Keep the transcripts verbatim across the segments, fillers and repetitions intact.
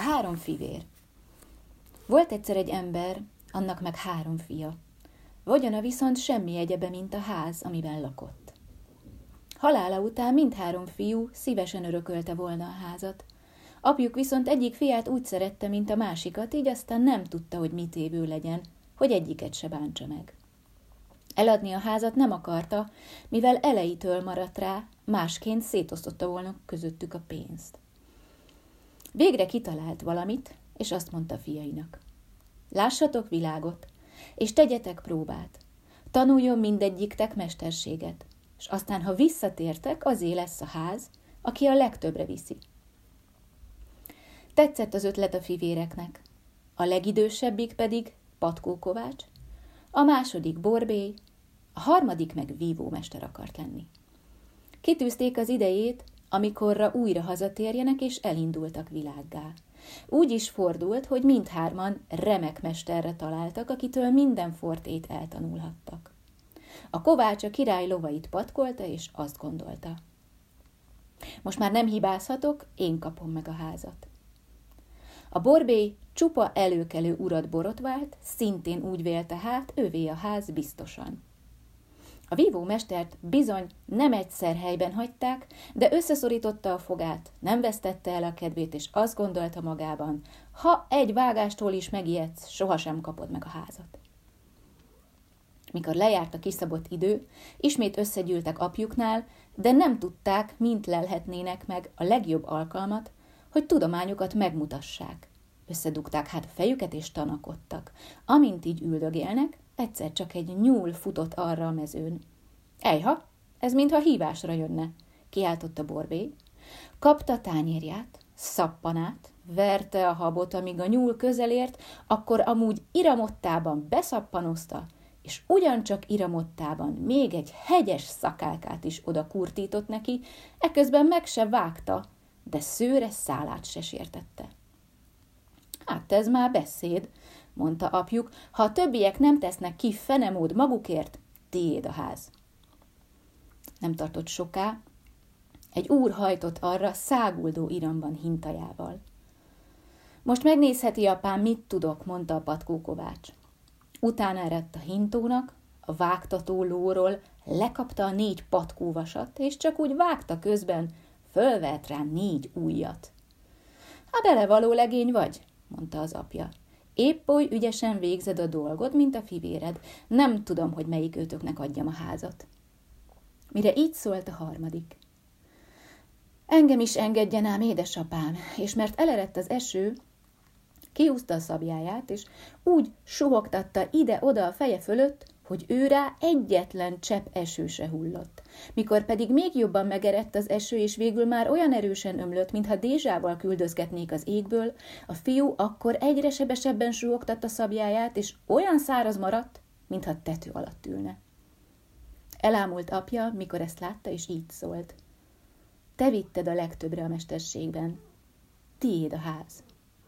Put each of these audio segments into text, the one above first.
három fivér. Volt egyszer egy ember, annak meg három fia. Vagyona viszont semmi egyebe, mint a ház, amiben lakott. Halála után mindhárom fiú szívesen örökölte volna a házat. Apjuk viszont egyik fiát úgy szerette, mint a másikat, így aztán nem tudta, hogy mit évő legyen, hogy egyiket se bántsa meg. Eladni a házat nem akarta, mivel elejétől maradt rá, másként szétosztotta volna közöttük a pénzt. Végre kitalált valamit, és azt mondta fiainak: lássatok világot, és tegyetek próbát. Tanuljon mindegyiktek mesterséget, és aztán, ha visszatértek, azé lesz a ház, aki a legtöbbre viszi. Tetszett az ötlet a fivéreknek, a legidősebbik pedig Patkó Kovács, a második Borbély, a harmadik meg vívómester akart lenni. Kitűzték az idejét, amikorra újra hazatérjenek, és elindultak világgá. Úgy is fordult, hogy mindhárman remek mesterre találtak, akitől minden fortét eltanulhattak. A Kovács a király lovait patkolta, és azt gondolta: most már nem hibázhatok, én kapom meg a házat. A Borbély csupa előkelő urat borotvált, szintén úgy vélte, hát ővé a ház biztosan. A vívómestert bizony nem egyszer helyben hagyták, de összeszorította a fogát, nem vesztette el a kedvét, és azt gondolta magában: ha egy vágástól is megijedsz, sohasem kapod meg a házat. Mikor lejárt a kiszabott idő, ismét összegyűltek apjuknál, de nem tudták, mint lelhetnének meg a legjobb alkalmat, hogy tudományukat megmutassák. Összedugták hát a fejüket, és tanakodtak. Amint így üldögélnek, egyszer csak egy nyúl futott arra a mezőn. Ejha, ez mintha hívásra jönne, kiáltotta Borbély. Kapta tányérját, szappanát, verte a habot, amíg a nyúl közelért, akkor amúgy iramottában beszappanozta, és ugyancsak iramottában még egy hegyes szakálkát is oda kurtított neki, eközben meg se vágta, de szőre szálát se sértette. Hát ez már beszéd, mondta apjuk, ha a többiek nem tesznek ki fenemód magukért, tiéd a ház. Nem tartott soká, egy úr hajtott arra száguldó iramban hintajával. Most megnézheti, apám, mit tudok, mondta a Patkó Kovács. Utána eredt a hintónak, a vágtató lóról lekapta a négy patkóvasat, és csak úgy vágta közben, fölvert rá négy ujjat. Ha belevaló legény vagy, mondta az apja. Épp oly ügyesen végzed a dolgod, mint a fivéred. Nem tudom, hogy melyik őtöknek adjam a házat. Mire így szólt a harmadik: engem is engedjen ám, édesapám, és mert elerett az eső, kiúzta a szabjáját, és úgy suhogtatta ide-oda a feje fölött, hogy őrá egyetlen csepp eső se hullott. Mikor pedig még jobban megerett az eső, és végül már olyan erősen ömlött, mintha dézsával küldözgetnék az égből, a fiú akkor egyre sebesebben suhogtatta szabjáját, és olyan száraz maradt, mintha tető alatt ülne. Elámult apja, mikor ezt látta, és így szólt: te vitted a legtöbbre a mesterségben, tiéd a ház.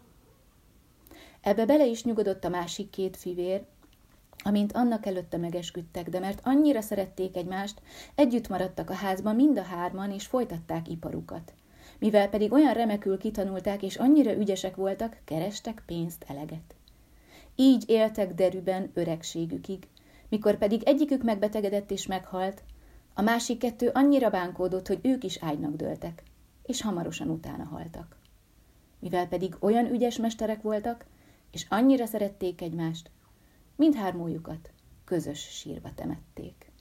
Ebbe bele is nyugodott a másik két fivér, amint annak előtte megesküdtek, de mert annyira szerették egymást, együtt maradtak a házban mind a hárman, és folytatták iparukat. Mivel pedig olyan remekül kitanulták, és annyira ügyesek voltak, kerestek pénzt eleget. Így éltek derűben öregségükig, mikor pedig egyikük megbetegedett és meghalt, a másik kettő annyira bánkódott, hogy ők is ágynak dőltek, és hamarosan utána haltak. Mivel pedig olyan ügyes mesterek voltak, és annyira szerették egymást, mindhármójukat közös sírba temették.